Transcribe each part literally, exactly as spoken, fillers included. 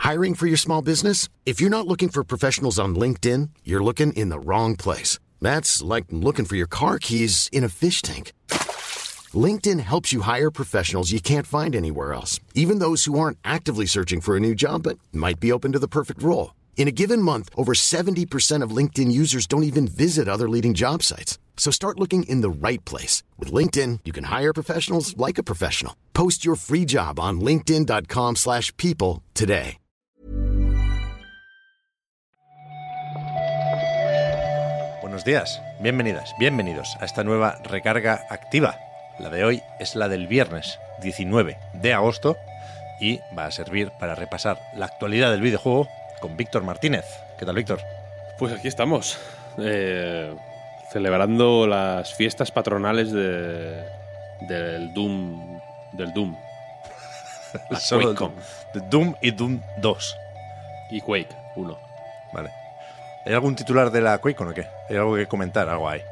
Hiring for your small business? If you're not looking for professionals on LinkedIn, you're looking in the wrong place. That's like looking for your car keys in a fish tank. LinkedIn helps you hire professionals you can't find anywhere else, even those who aren't actively searching for a new job but might be open to the perfect role. In a given month, over seventy percent of LinkedIn users don't even visit other leading job sites. So start looking in the right place. With LinkedIn, you can hire professionals like a professional. Post your free job on linkedin dot com slash people today. Buenos días, bienvenidas, bienvenidos a esta nueva recarga activa. La de hoy es la del viernes diecinueve de agosto y va a servir para repasar la actualidad del videojuego con Víctor Martínez. ¿Qué tal, Víctor? Pues aquí estamos, eh, celebrando las fiestas patronales de, del Doom. Del Doom. La Solo QuakeCon. de Doom y Doom dos. Y Quake uno. Vale. ¿Hay algún titular de la QuakeCon o qué? ¿Hay algo que comentar? Algo hay.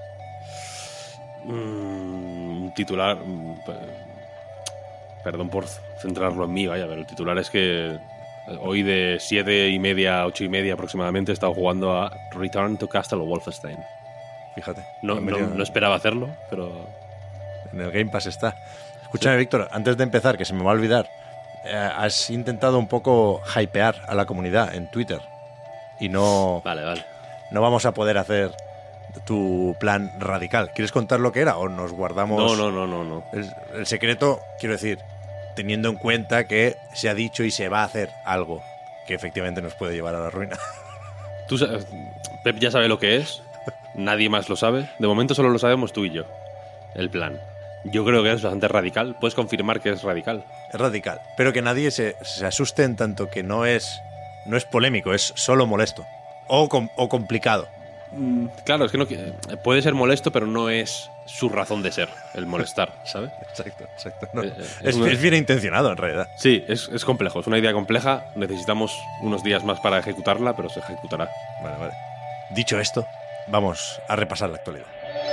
Mm, un titular. mm, pe- Perdón por centrarlo en mí, vaya, pero el titular es que hoy de siete y media a ocho y media aproximadamente he estado jugando a Return to Castle Wolfenstein. Fíjate. No, Han no, venido- no esperaba hacerlo, pero. En el Game Pass está. Escúchame, Víctor, antes de empezar, que se me va a olvidar, eh, has intentado un poco hypear a la comunidad en Twitter y no, Vale, vale. no vamos a poder hacer tu plan radical. ¿Quieres contar lo que era o nos guardamos No, no, no, no, no. El, el secreto? Quiero decir, teniendo en cuenta que se ha dicho y se va a hacer algo que efectivamente nos puede llevar a la ruina. Tú sa- Pep ya sabe lo que es. Nadie más lo sabe. De momento solo lo sabemos tú y yo. El plan. Yo creo que es bastante radical. Puedes confirmar que es radical. Es radical, pero que nadie se, se asuste en tanto que no es, no es polémico, es solo molesto o, com- o complicado. Mm, Claro, es que no qui- puede ser molesto, pero no es su razón de ser el molestar, ¿sabes? Exacto, exacto. No, Eh, eh, es, es una- es bien intencionado en realidad. Sí, es, es complejo. Es una idea compleja. Necesitamos unos días más para ejecutarla, pero se ejecutará. Vale, vale. Dicho esto, vamos a repasar la actualidad.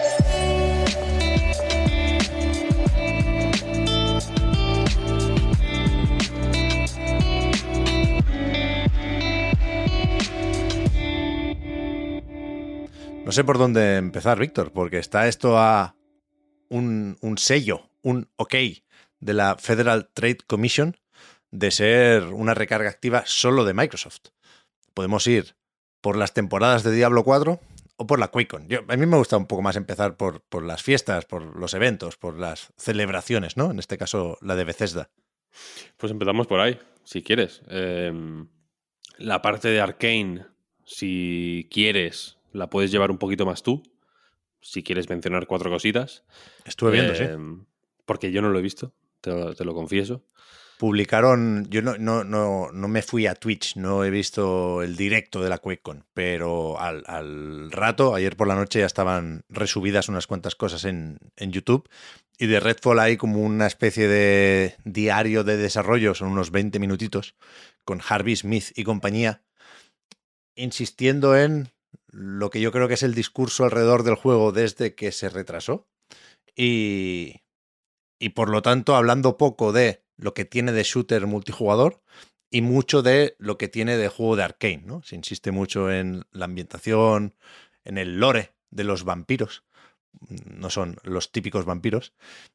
No sé por dónde empezar, Víctor, porque está esto a un, un sello, un OK de la Federal Trade Commission de ser una recarga activa solo de Microsoft. Podemos ir por las temporadas de Diablo cuatro o por la QuakeCon. Yo, a mí me gusta un poco más empezar por, por las fiestas, por los eventos, por las celebraciones, ¿no? En este caso, la de Bethesda. Pues empezamos por ahí, si quieres. Eh, la parte de Arcane, si quieres, la puedes llevar un poquito más tú. Si quieres mencionar cuatro cositas. Estuve viendo, sí. Eh, Porque yo no lo he visto, te lo, te lo confieso. Publicaron, yo no, no, no, no me fui a Twitch, no he visto el directo de la QuakeCon, pero al, al rato, ayer por la noche ya estaban resubidas unas cuantas cosas en, en YouTube, y de Redfall hay como una especie de diario de desarrollo, son unos veinte minutitos, con Harvey Smith y compañía, insistiendo en lo que yo creo que es el discurso alrededor del juego desde que se retrasó, y, y por lo tanto hablando poco de lo que tiene de shooter multijugador y mucho de lo que tiene de juego de Arcane, ¿no? Se insiste mucho en la ambientación, en el lore de los vampiros. No son los típicos vampiros.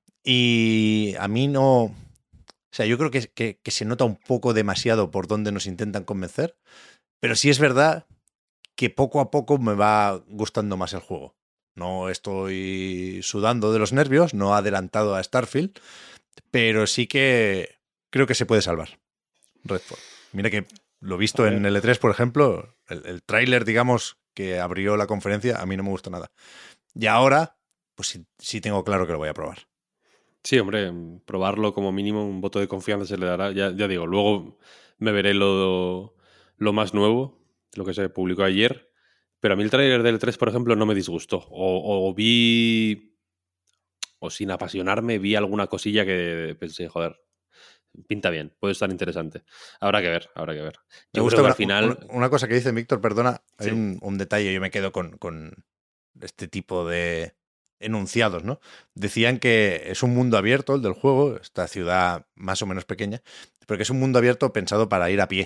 Y a mí no... O sea, yo creo que, que, que se nota un poco demasiado por donde nos intentan convencer, pero sí es verdad que poco a poco me va gustando más el juego. No estoy sudando de los nervios, no he adelantado a Starfield, pero sí que creo que se puede salvar Redfall. Mira que lo visto en el E tres, por ejemplo, el, el tráiler, digamos, que abrió la conferencia, a mí no me gustó nada. Y ahora, pues sí, sí tengo claro que lo voy a probar. Sí, hombre, probarlo como mínimo, un voto de confianza se le dará. Ya, ya digo, luego me veré lo, lo más nuevo, lo que se publicó ayer. Pero a mí el tráiler del E tres, por ejemplo, no me disgustó. O, o vi... O sin apasionarme, vi alguna cosilla que pensé, joder, pinta bien, puede estar interesante. Habrá que ver, habrá que ver. Me Yo gusta creo que una, al final... una, una cosa que dice Víctor, perdona, hay Sí. un, un detalle, yo me quedo con, con este tipo de enunciados, ¿no? Decían que es un mundo abierto el del juego, esta ciudad más o menos pequeña, pero que es un mundo abierto pensado para ir a pie,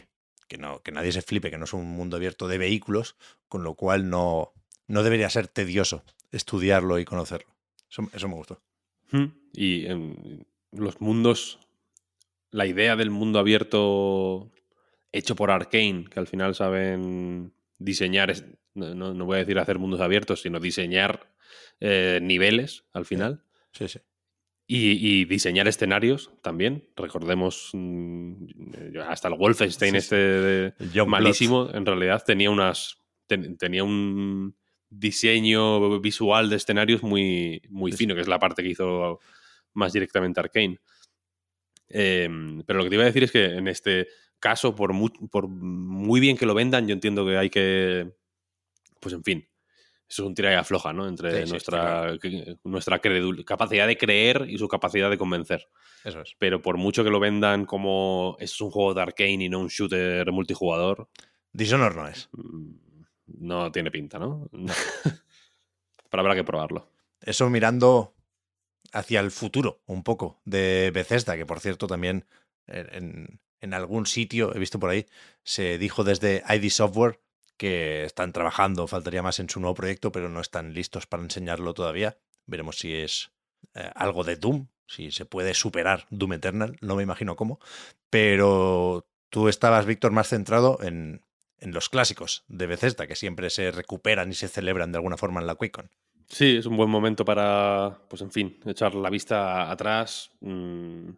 que, no, que nadie se flipe, que no es un mundo abierto de vehículos, con lo cual no, no debería ser tedioso estudiarlo y conocerlo. Eso, eso me gustó. Y en los mundos, la idea del mundo abierto hecho por Arcane, que al final saben diseñar, no, no, no voy a decir hacer mundos abiertos, sino diseñar eh, niveles al final. Sí, sí. Y, y diseñar escenarios también. Recordemos mmm, hasta el Wolfenstein sí, este de, malísimo, Blood. En realidad tenía unas ten, tenía un diseño visual de escenarios muy, muy sí, fino, sí. Que es la parte que hizo más directamente Arcane. Eh, pero lo que te iba a decir es que en este caso, por muy, por muy bien que lo vendan, yo entiendo que hay que, pues en fin, eso es un tira y afloja, ¿no? Entre sí, nuestra, sí, claro. nuestra credul- capacidad de creer y su capacidad de convencer. Eso es. Pero por mucho que lo vendan como esto es un juego de Arcane y no un shooter multijugador, Dishonored no es. No tiene pinta, ¿no? no. Pero habrá que probarlo. Eso mirando hacia el futuro, un poco, de Bethesda, que por cierto también en, en algún sitio, he visto por ahí, se dijo desde I D Software que están trabajando, faltaría más en su nuevo proyecto, pero no están listos para enseñarlo todavía. Veremos si es eh, algo de Doom, si se puede superar Doom Eternal, no me imagino cómo. Pero tú estabas, Víctor, más centrado en, en los clásicos de Bethesda, que siempre se recuperan y se celebran de alguna forma en la QuakeCon. Sí, es un buen momento para, pues en fin, echar la vista atrás. Mm,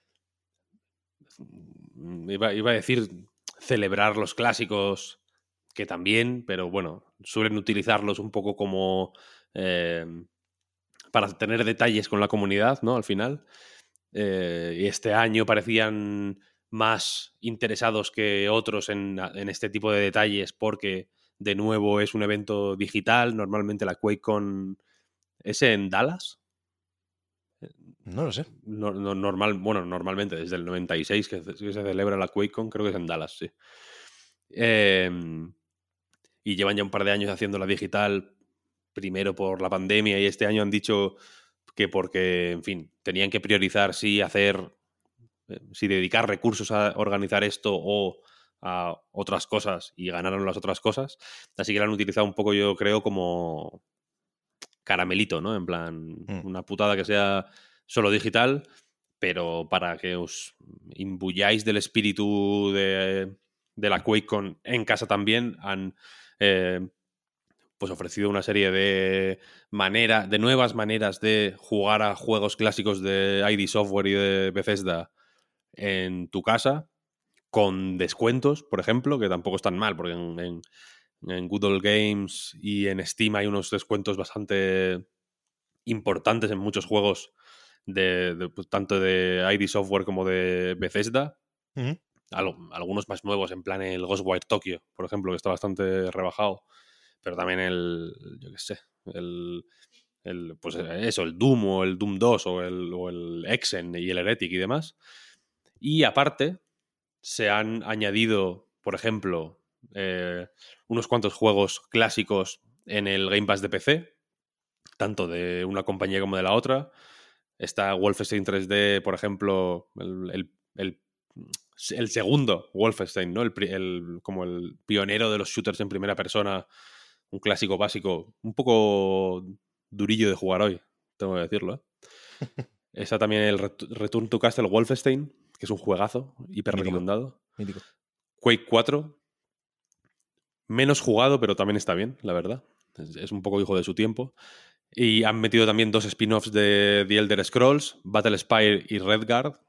iba, iba a decir celebrar los clásicos, que también, pero bueno, suelen utilizarlos un poco como eh, para tener detalles con la comunidad, ¿no? Al final. Eh, y este año parecían más interesados que otros en, en este tipo de detalles porque, de nuevo, es un evento digital. Normalmente la QuakeCon es en Dallas. No lo sé. No, no, normal, bueno, normalmente desde el noventa y seis que, que se celebra la QuakeCon, creo que es en Dallas, sí. Eh, y llevan ya un par de años haciendo la digital, primero por la pandemia, y este año han dicho que porque, en fin, tenían que priorizar si hacer, eh, si dedicar recursos a organizar esto o a otras cosas, y ganaron las otras cosas. Así que la han utilizado un poco, yo creo, como caramelito, ¿no? En plan, mm. una putada que sea solo digital, pero para que os imbuyáis del espíritu de, de la QuakeCon en casa también, han eh, pues ofrecido una serie de manera, de nuevas maneras de jugar a juegos clásicos de I D Software y de Bethesda en tu casa, con descuentos, por ejemplo, que tampoco están mal, porque en, en, en Good Old Games y en Steam hay unos descuentos bastante importantes en muchos juegos, de, de pues, tanto de I D Software como de Bethesda. Uh-huh. Al, algunos más nuevos, en plan el Ghostwire Tokyo, por ejemplo, que está bastante rebajado. Pero también el, yo qué sé, el, el, pues eso, el Doom o el Doom dos o el, o el Exen y el Heretic y demás. Y aparte, se han añadido, por ejemplo, eh, unos cuantos juegos clásicos en el Game Pass de P C, tanto de una compañía como de la otra. Está Wolfenstein tres D, por ejemplo, el, el, el, el segundo Wolfenstein, ¿no? El, el, como el pionero de los shooters en primera persona, un clásico básico, un poco durillo de jugar hoy, tengo que decirlo, ¿eh? Está también el Return to Castle Wolfenstein, que es un juegazo, hiper Mítico. recomendado. Mítico. Quake cuatro, menos jugado, pero también está bien, la verdad. Es, es un poco hijo de su tiempo. Y han metido también dos spin-offs de The Elder Scrolls, Battle Spire y Redguard.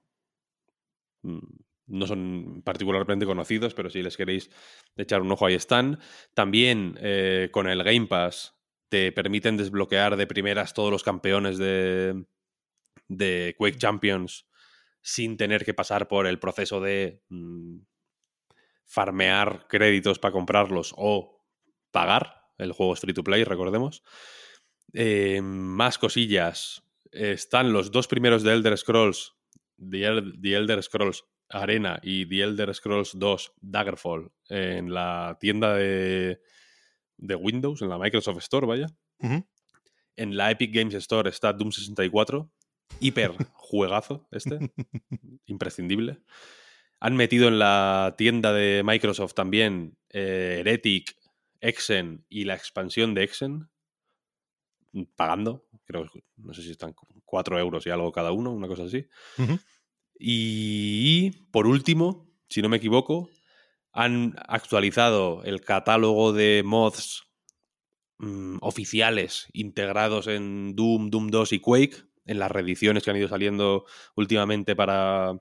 No son particularmente conocidos, pero si les queréis echar un ojo, ahí están. También eh, con el Game Pass te permiten desbloquear de primeras todos los campeones de, de Quake Champions sin tener que pasar por el proceso de mmm, farmear créditos para comprarlos o pagar. El juego es free to play, recordemos. Eh, más cosillas. Están los dos primeros de Elder Scrolls, The, El- The Elder Scrolls Arena y The Elder Scrolls dos Daggerfall, en la tienda de, de Windows, en la Microsoft Store, vaya. Uh-huh. En la Epic Games Store está Doom sesenta y cuatro, hiper juegazo este, imprescindible. Han metido en la tienda de Microsoft también eh, Heretic, Exen y la expansión de Exen, pagando, creo, no sé si están cuatro euros y algo cada uno, una cosa así. Uh-huh. Y por último, si no me equivoco, han actualizado el catálogo de mods mmm, oficiales integrados en Doom, Doom dos y Quake, en las reediciones que han ido saliendo últimamente para...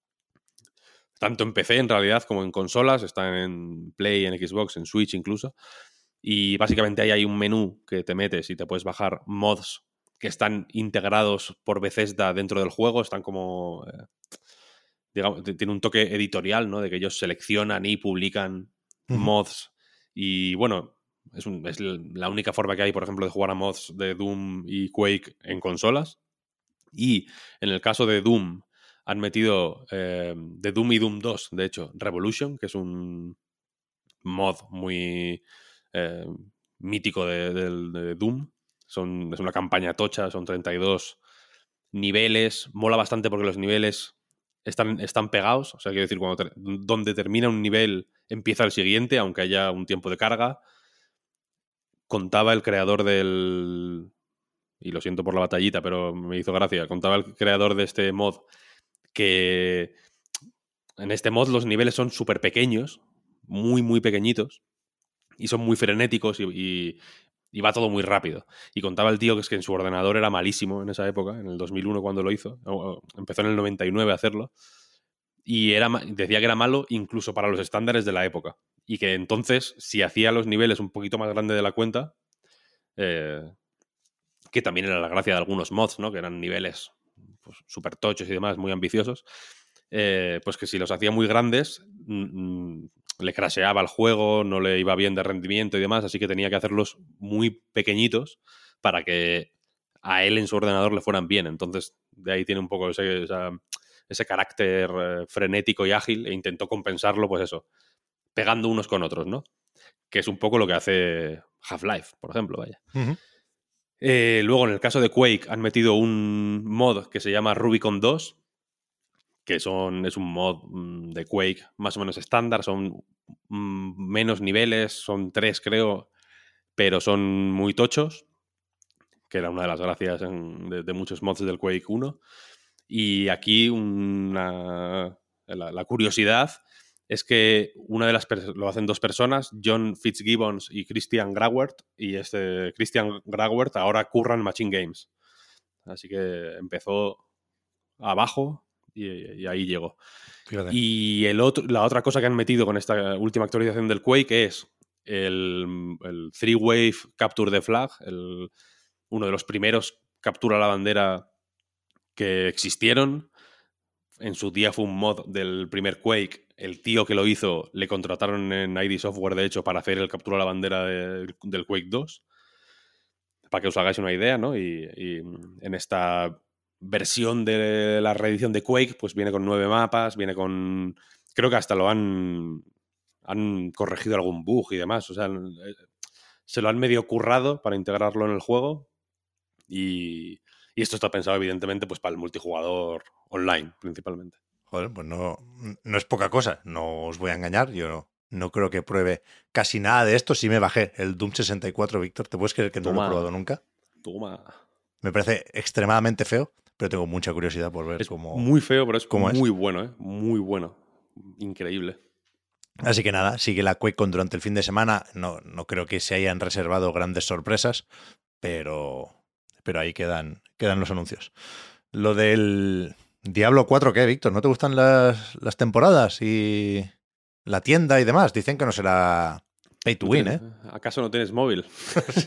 tanto en P C en realidad como en consolas, están en Play, en Xbox, en Switch incluso. Y básicamente ahí hay un menú que te metes y te puedes bajar mods que están integrados por Bethesda dentro del juego, están como... Eh, digamos, tiene un toque editorial, ¿no? De que ellos seleccionan y publican uh-huh. mods. Y bueno, es, un, es la única forma que hay, por ejemplo, de jugar a mods de Doom y Quake en consolas. Y en el caso de Doom, han metido eh, de Doom y Doom dos, de hecho, Revolution, que es un mod muy eh, mítico de, de, de Doom. Son, es una campaña tocha, son treinta y dos niveles. Mola bastante porque los niveles están, están pegados. O sea, quiero decir, cuando ter, donde termina un nivel, empieza el siguiente, aunque haya un tiempo de carga. Contaba el creador del... y lo siento por la batallita, pero me hizo gracia. Contaba el creador de este mod que en este mod los niveles son súper pequeños, muy, muy pequeñitos, y son muy frenéticos y, y, y va todo muy rápido. Y contaba el tío que es que en su ordenador era malísimo en esa época, en el dos mil uno cuando lo hizo, o, empezó en el noventa y nueve a hacerlo, y era, decía que era malo incluso para los estándares de la época, y que entonces, si hacía los niveles un poquito más grandes de la cuenta, eh, que también era la gracia de algunos mods, ¿no? Que eran niveles pues, súper tochos y demás, muy ambiciosos, eh, pues que si los hacía muy grandes, mmm, le crasheaba el juego, no le iba bien de rendimiento y demás, así que tenía que hacerlos muy pequeñitos para que a él en su ordenador le fueran bien. Entonces, de ahí tiene un poco ese, esa, ese carácter eh, frenético y ágil, e intentó compensarlo, pues eso, pegando unos con otros, ¿no? Que es un poco lo que hace Half-Life, por ejemplo, vaya. Uh-huh. Eh, luego, en el caso de Quake, han metido un mod que se llama Rubicon dos, que son, es un mod mmm, de Quake más o menos estándar, son mmm, menos niveles, son tres creo, pero son muy tochos, que era una de las gracias en, de, de muchos mods del Quake uno. Y aquí una, la, la curiosidad es que una de las lo hacen dos personas, John Fitzgibbons y Christian Grauert, y este Christian Grauert ahora curran Machine Games. Así que empezó abajo y, y ahí llegó. Fíjate. Y el otro, la otra cosa que han metido con esta última actualización del Quake es el, el Three Wave Capture the Flag, el, uno de los primeros captura la bandera que existieron. En su día fue un mod del primer Quake. El tío que lo hizo le contrataron en I D Software, de hecho, para hacer el captura la bandera de, del Quake dos. Para que os hagáis una idea, ¿no? Y, y en esta versión de la reedición de Quake, pues viene con nueve mapas, viene con... Creo que hasta lo han... han corregido algún bug y demás. O sea, se lo han medio currado para integrarlo en el juego. Y... Y esto está pensado, evidentemente, pues para el multijugador online, principalmente. Joder, pues no, no es poca cosa. No os voy a engañar. Yo no, no creo que pruebe casi nada de esto. Sí me bajé el Doom sesenta y cuatro, Víctor. ¿Te puedes creer que no Toma, lo he probado nunca? Toma. Me parece extremadamente feo, pero tengo mucha curiosidad por ver es cómo... muy feo, pero es cómo muy es. bueno, ¿eh? Muy bueno. Increíble. Así que nada, sigue la QuakeCon durante el fin de semana. No, no creo que se hayan reservado grandes sorpresas, pero... pero ahí quedan, quedan los anuncios. Lo del Diablo cuatro, ¿qué, Víctor? ¿No te gustan las, las temporadas y la tienda y demás? Dicen que no será pay to win, ¿eh? ¿Acaso no tienes móvil? Sí.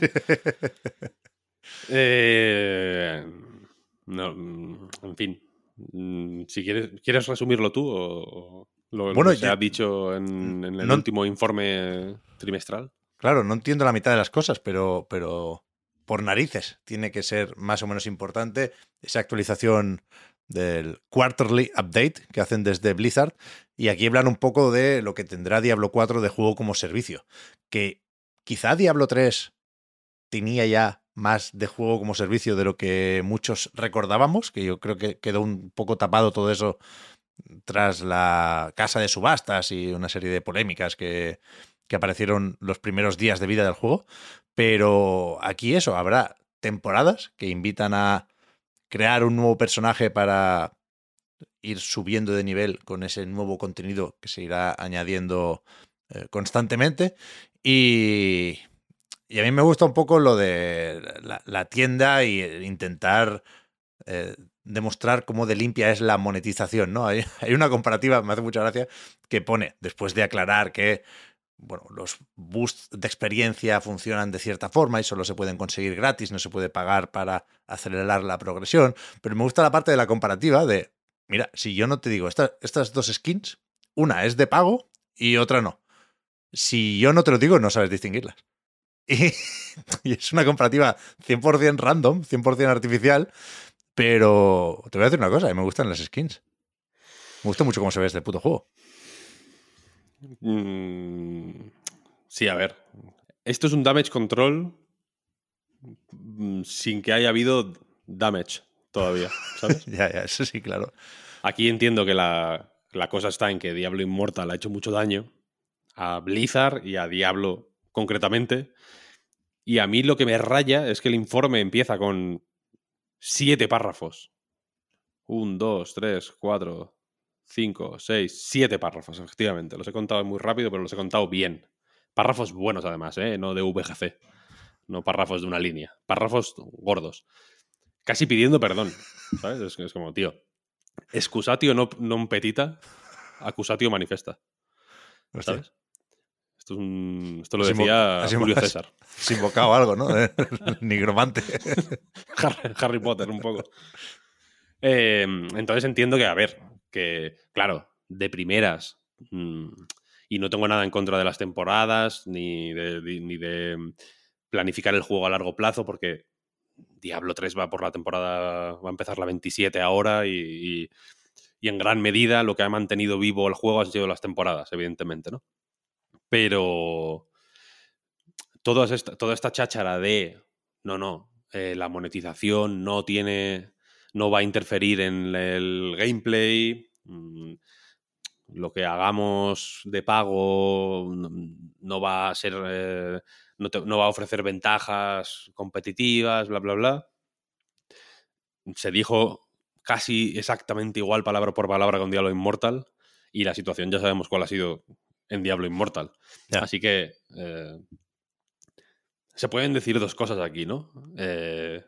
eh, no, en fin. Si quieres, ¿quieres resumirlo tú o lo, bueno, lo que se yo, ha dicho en, en el no, último informe trimestral? Claro, no entiendo la mitad de las cosas, pero... pero... por narices tiene que ser más o menos importante esa actualización del Quarterly Update que hacen desde Blizzard, y aquí hablan un poco de lo que tendrá Diablo cuatro de juego como servicio, que quizá Diablo tres tenía ya más de juego como servicio de lo que muchos recordábamos, que yo creo que quedó un poco tapado todo eso tras la casa de subastas y una serie de polémicas que, que aparecieron los primeros días de vida del juego. Pero aquí eso, habrá temporadas que invitan a crear un nuevo personaje para ir subiendo de nivel con ese nuevo contenido que se irá añadiendo eh, constantemente. Y, y a mí me gusta un poco lo de la, la tienda y intentar eh, demostrar cómo de limpia es la monetización, ¿no? Hay, hay una comparativa, me hace mucha gracia, que pone, después de aclarar que bueno, los boosts de experiencia funcionan de cierta forma y solo se pueden conseguir gratis, no se puede pagar para acelerar la progresión, pero me gusta la parte de la comparativa de, mira, si yo no te digo, esta, estas dos skins, una es de pago y otra no. Si yo no te lo digo, no sabes distinguirlas. Y, y es una comparativa cien por ciento random, cien por ciento artificial, pero te voy a decir una cosa, a mí me gustan las skins. Me gusta mucho cómo se ve este puto juego. Mm, sí, a ver. Esto es un damage control sin que haya habido damage todavía, ¿sabes? ya, ya, eso sí, claro. Aquí entiendo que la, la cosa está en que Diablo Immortal ha hecho mucho daño a Blizzard y a Diablo concretamente. Y a mí lo que me raya es que el informe empieza con siete párrafos. Un, dos, tres, cuatro, cinco, seis, siete párrafos, efectivamente. Los he contado muy rápido, pero los he contado bien. Párrafos buenos, además, ¿eh? No de V G C. No párrafos de una línea. Párrafos gordos. Casi pidiendo perdón, ¿sabes? Es, es como, tío, excusatio no, non petita, accusatio manifesta. ¿Sabes? Hostia. Esto, es un, esto lo Has decía invo- Julio has- César. Has invocado algo, ¿no? Nigromante. Harry, Harry Potter, un poco. Eh, entonces entiendo que, a ver, que, claro, de primeras, mmm, y no tengo nada en contra de las temporadas, ni de, de- ni de planificar el juego a largo plazo, porque Diablo tres va por la temporada, va a empezar la veintisiete ahora, y, y, y en gran medida lo que ha mantenido vivo el juego han sido las temporadas, evidentemente, ¿no? Pero toda esta, toda esta cháchara de, no, no, eh, la monetización no tiene, no va a interferir en el gameplay, mmm, lo que hagamos de pago no, no va a ser, eh, no, te, no va a ofrecer ventajas competitivas, bla, bla, bla. Se dijo casi exactamente igual palabra por palabra con Diablo Immortal y la situación ya sabemos cuál ha sido en Diablo Immortal. Ya. Así que eh, se pueden decir dos cosas aquí, ¿no? Eh,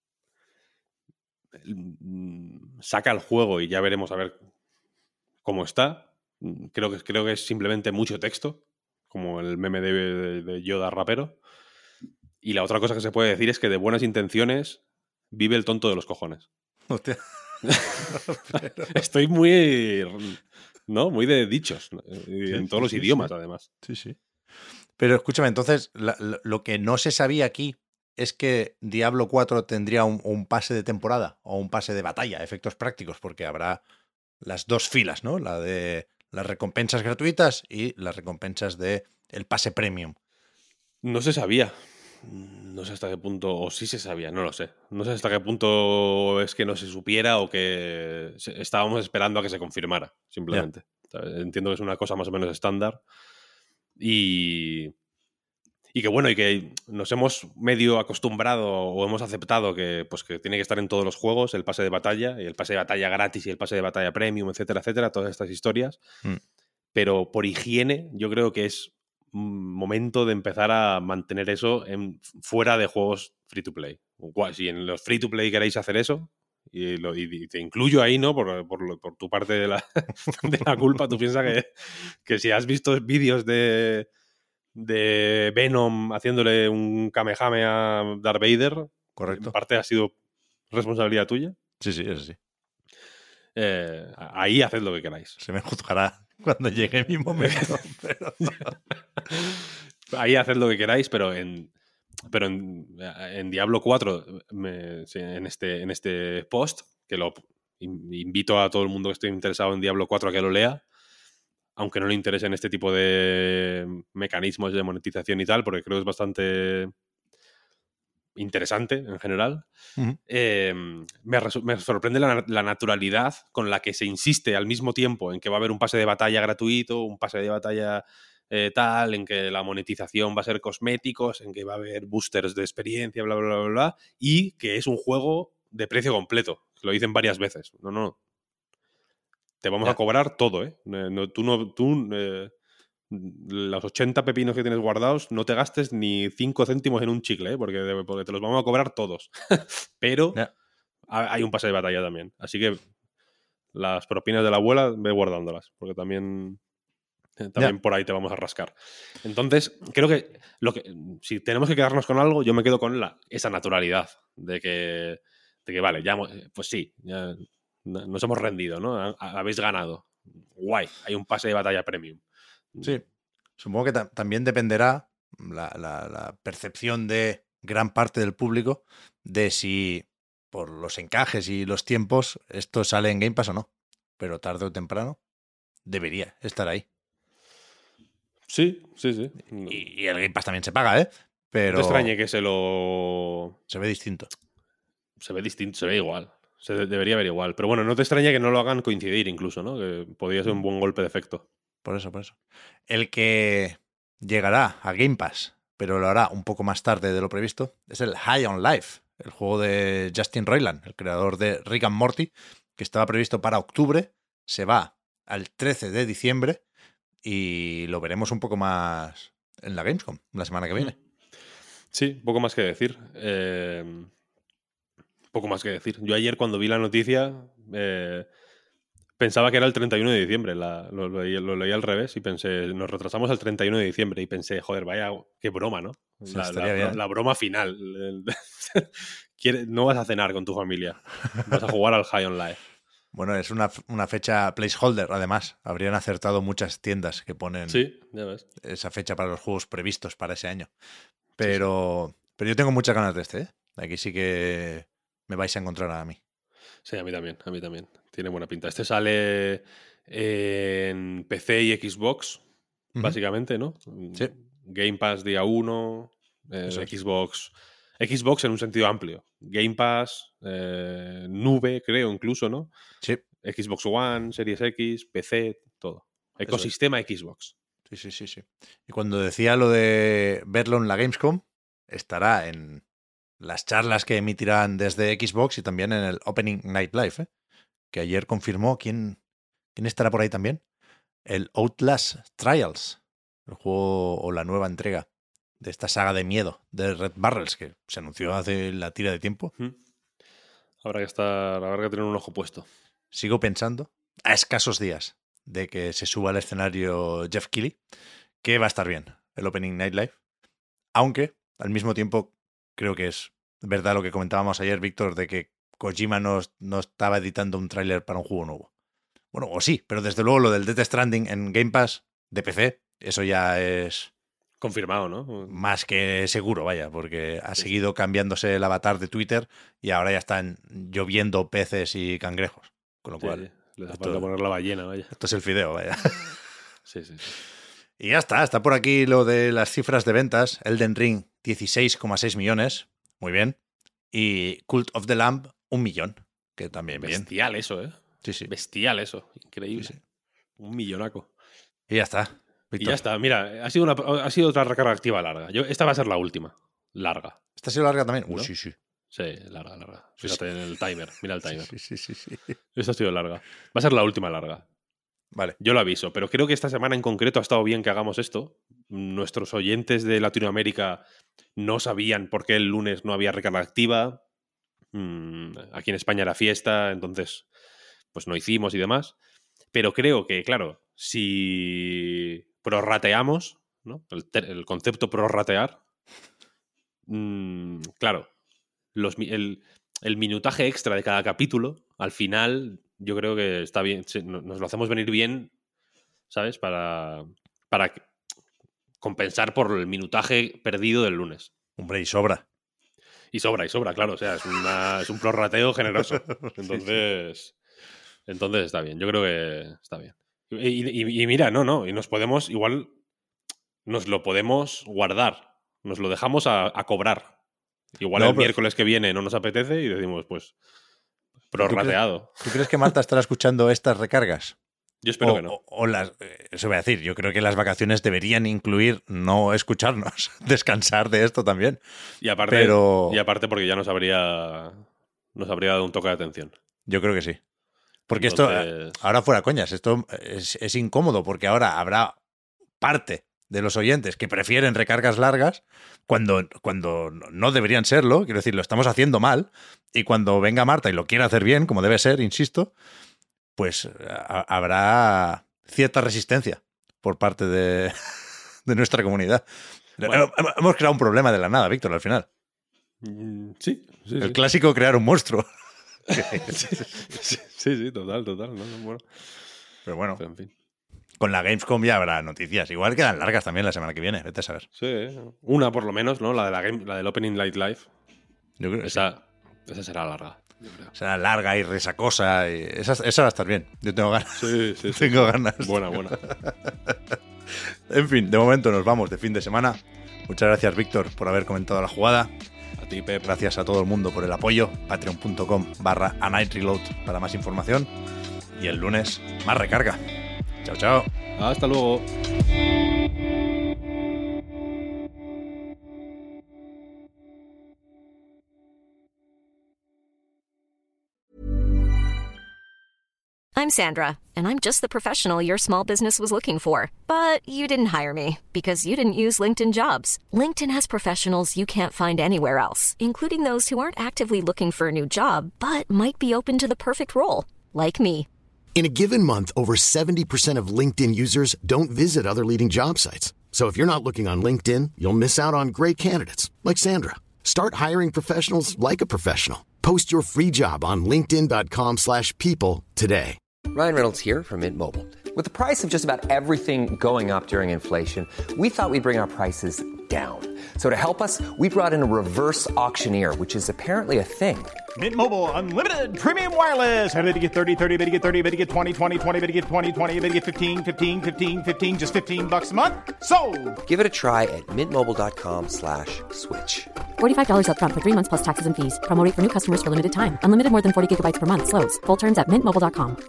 saca el juego y ya veremos a ver cómo está. Creo que, creo que es simplemente mucho texto, como el meme de, de, de Yoda rapero. Y la otra cosa que se puede decir es que de buenas intenciones vive el tonto de los cojones. Hostia. Pero... Estoy muy... ¿no? Muy de dichos. Sí, en todos sí, los sí, idiomas, sí. además. Sí, sí. Pero escúchame, entonces, la, lo, lo que no se sabía aquí es que Diablo cuatro tendría un, un pase de temporada o un pase de batalla, efectos prácticos, porque habrá las dos filas, ¿no? La de las recompensas gratuitas y las recompensas de el pase premium. No se sabía. No sé hasta qué punto, o sí se sabía, no lo sé. No sé hasta qué punto es que no se supiera o que estábamos esperando a que se confirmara, simplemente. Yeah. Entiendo que es una cosa más o menos estándar. Y, y que bueno, y que nos hemos medio acostumbrado o hemos aceptado que, pues, que tiene que estar en todos los juegos el pase de batalla, y el pase de batalla gratis y el pase de batalla premium, etcétera, etcétera, todas estas historias. Mm. Pero por higiene, yo creo que es momento de empezar a mantener eso en, fuera de juegos free to play. Si en los free to play queréis hacer eso, y, lo, y te incluyo ahí, ¿no? Por, por, por tu parte de la, de la culpa, tú piensas que, que si has visto vídeos de, de Venom haciéndole un Kamehameha a Darth Vader, correcto, en parte ha sido responsabilidad tuya. Sí, sí, eso sí. Eh, ahí haced lo que queráis. Se me juzgará cuando llegue mi momento. Pero... ahí haced lo que queráis, pero en, pero en, en Diablo cuatro, me, en, este, en este post, que lo invito a todo el mundo que esté interesado en Diablo cuatro a que lo lea, aunque no le interesen este tipo de mecanismos de monetización y tal, porque creo que es bastante interesante en general. Uh-huh. Eh, me, me sorprende la, la naturalidad con la que se insiste al mismo tiempo en que va a haber un pase de batalla gratuito, un pase de batalla eh, tal, en que la monetización va a ser cosméticos, en que va a haber boosters de experiencia, bla, bla, bla, bla, bla, y que es un juego de precio completo. Lo dicen varias veces. No, no. Te vamos ya. a cobrar todo, ¿eh? No, tú no... Tú, eh, los ochenta pepinos que tienes guardados, no te gastes ni cinco céntimos en un chicle, ¿eh? porque, porque te los vamos a cobrar todos. Pero ya. hay un pase de batalla también. Así que las propinas de la abuela, ve guardándolas, porque también, también ya. por ahí te vamos a rascar. Entonces, creo que, lo que si tenemos que quedarnos con algo, yo me quedo con la, esa naturalidad de que, de que vale, ya, pues sí, ya nos hemos rendido, ¿no? Habéis ganado. Guay, hay un pase de batalla premium. Sí, supongo que ta- también dependerá la, la, la percepción de gran parte del público de si por los encajes y los tiempos esto sale en Game Pass o no. Pero tarde o temprano debería estar ahí. Sí, sí, sí. Y, y el Game Pass también se paga, ¿eh? Pero No te extrañe que se lo... se ve distinto. Se ve distinto, se ve igual. Se de- debería ver igual. Pero bueno, no te extraña que no lo hagan coincidir incluso, ¿no? Que podría ser un buen golpe de efecto. Por eso, por eso. El que llegará a Game Pass, pero lo hará un poco más tarde de lo previsto, es el High on Life, el juego de Justin Roiland, el creador de Rick and Morty, que estaba previsto para octubre, se va al trece de diciembre y lo veremos un poco más en la Gamescom la semana que viene. Sí, poco más que decir. Eh, poco más que decir. Yo ayer cuando vi la noticia eh, pensaba que era el treinta y uno de diciembre. La, lo, lo, leí, lo leí al revés y pensé, nos retrasamos al treinta y uno de diciembre y pensé, joder, vaya, qué broma, ¿no? Sí, La, estaría la, bien. la broma final. No vas a cenar con tu familia. Vas a jugar al High on Life. Bueno, es una, una fecha placeholder, además. Habrían acertado muchas tiendas que ponen Sí, ya ves. esa fecha para los juegos previstos para ese año. Pero, sí, sí. pero yo tengo muchas ganas de este, ¿eh? Aquí sí que me vais a encontrar a mí. Sí, a mí también, a mí también. Tiene buena pinta. Este sale en P C y Xbox, uh-huh. básicamente, ¿no? Sí. Game Pass día uno, eh, Xbox... Xbox en un sentido amplio. Game Pass, eh, nube, creo, incluso, ¿no? Sí. Xbox One, Series X, P C, todo. Ecosistema es. Xbox. Sí, sí, sí, sí. Y cuando decía lo de verlo en la Gamescom, estará en las charlas que emitirán desde Xbox y también en el Opening Night Live, ¿eh? Que ayer confirmó quién, quién estará por ahí también. El Outlast Trials, el juego o la nueva entrega de esta saga de miedo de Red Barrels que se anunció hace la tira de tiempo. Hmm. Habrá que estar, habrá que tener un ojo puesto. Sigo pensando, a escasos días de que se suba al escenario Jeff Keighley, que va a estar bien el Opening Night Live, aunque al mismo tiempo creo que es verdad lo que comentábamos ayer, Víctor, de que Kojima no, no estaba editando un tráiler para un juego nuevo. Bueno, o sí, pero desde luego lo del Death Stranding en Game Pass de P C, eso ya es... confirmado, ¿no? Más que seguro, vaya, porque ha sí. seguido cambiándose el avatar de Twitter y ahora ya están lloviendo peces y cangrejos. Con lo sí, cual... Sí. Le da falta poner la ballena, vaya. Esto es el fideo, vaya. Sí, sí, sí. Y ya está, está por aquí lo de las cifras de ventas. Elden Ring, dieciséis coma seis millones. Muy bien. Y Cult of the Lamb, un millón. Que también bien. Bestial eso, ¿eh? Sí, sí. Bestial eso. Increíble. Sí, sí. Un millonaco. Y ya está. Víctor. Y ya está. Mira, ha sido, una, ha sido otra recarga activa larga. Yo, esta va a ser la última. Larga. ¿Esta ha sido larga también? ¿No? Uy, sí, sí. Sí, larga, larga. Fíjate sí, sí. en el timer. Mira el timer. Sí, sí, sí, sí, sí. Esta ha sido larga. Va a ser la última larga. Vale. Yo lo aviso, pero creo que esta semana en concreto ha estado bien que hagamos esto. Nuestros oyentes de Latinoamérica no sabían por qué el lunes no había recarga activa. Aquí en España era fiesta, entonces pues no hicimos y demás. Pero creo que, claro, si prorrateamos, ¿no? El, el concepto prorratear, mmm, claro, los, el, el minutaje extra de cada capítulo, al final, yo creo que está bien, nos lo hacemos venir bien, ¿sabes? Para, para compensar por el minutaje perdido del lunes. Hombre, y sobra. Y sobra, y sobra, claro. O sea, es, una, es un prorrateo generoso. Entonces, sí, sí. entonces está bien. Yo creo que está bien. Y, y, y mira, no, no. Y nos podemos, igual, nos lo podemos guardar. Nos lo dejamos a, a cobrar. Igual no, el pero... miércoles que viene no nos apetece y decimos, pues, prorrateado. ¿Tú crees, ¿Tú crees que Marta estará escuchando estas recargas? Yo espero o, que no. O, o las, eso voy a decir, yo creo que las vacaciones deberían incluir no escucharnos, descansar de esto también. Y aparte, pero... y aparte porque ya nos habría, nos habría dado un toque de atención. Yo creo que sí. Porque Entonces... esto, ahora fuera coñas, esto es, es incómodo porque ahora habrá parte de los oyentes que prefieren recargas largas cuando, cuando no deberían serlo, quiero decir, lo estamos haciendo mal, y cuando venga Marta y lo quiera hacer bien, como debe ser, insisto, pues a, habrá cierta resistencia por parte de, de nuestra comunidad. Bueno. Hemos creado un problema de la nada, Víctor, al final. Sí, sí. El sí. clásico crear un monstruo. sí, sí, sí, total, total. No, no, bueno. Pero bueno. Pero en fin. Con la Gamescom ya habrá noticias. Igual quedan largas también la semana que viene, vete a saber. Sí, una por lo menos, ¿no? La de la game, la del Opening Night Live. Yo creo que esa, sí. esa será larga. Será larga y resacosa. Y esa, esa va a estar bien. Yo tengo ganas. Sí, sí, sí. tengo sí. ganas. Buena, buena. En fin, de momento nos vamos de fin de semana. Muchas gracias, Víctor, por haber comentado la jugada. A ti, Pep. Gracias a todo el mundo por el apoyo. Patreon.com barra A Night Reload para más información. Y el lunes, más recarga. Chao, chao. Hasta luego. I'm Sandra, and I'm just the professional your small business was looking for. But you didn't hire me because you didn't use LinkedIn Jobs. LinkedIn has professionals you can't find anywhere else, including those who aren't actively looking for a new job, but might be open to the perfect role, like me. In a given month, over seventy percent of LinkedIn users don't visit other leading job sites. So if you're not looking on LinkedIn, you'll miss out on great candidates like Sandra. Start hiring professionals like a professional. Post your free job on linkedin dot com slash people today. Ryan Reynolds here from Mint Mobile. With the price of just about everything going up during inflation, we thought we'd bring our prices down. So to help us, we brought in a reverse auctioneer, which is apparently a thing. Mint Mobile Unlimited Premium Wireless. How to get thirty, thirty, how to get thirty, how to get twenty, twenty, twenty, how to get twenty, twenty, how to get fifteen, fifteen, fifteen, fifteen, just fifteen bucks a month? Sold! Give it a try at mintmobile.com slash switch. forty-five dollars up front for three months plus taxes and fees. Promo rate for new customers for limited time. Unlimited more than forty gigabytes per month. Slows full terms at mint mobile dot com.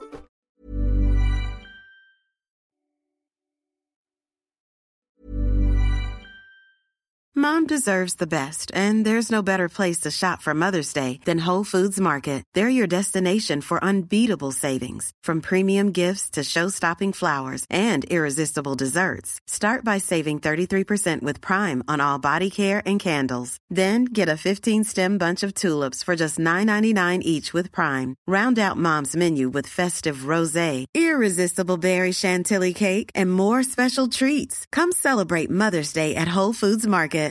Mom deserves the best, and there's no better place to shop for Mother's Day than Whole Foods Market. They're your destination for unbeatable savings, from premium gifts to show-stopping flowers and irresistible desserts. Start by saving thirty-three percent with Prime on all body care and candles. Then get a fifteen-stem bunch of tulips for just nine ninety-nine each with Prime. Round out Mom's menu with festive rosé, irresistible berry chantilly cake, and more special treats. Come celebrate Mother's Day at Whole Foods Market.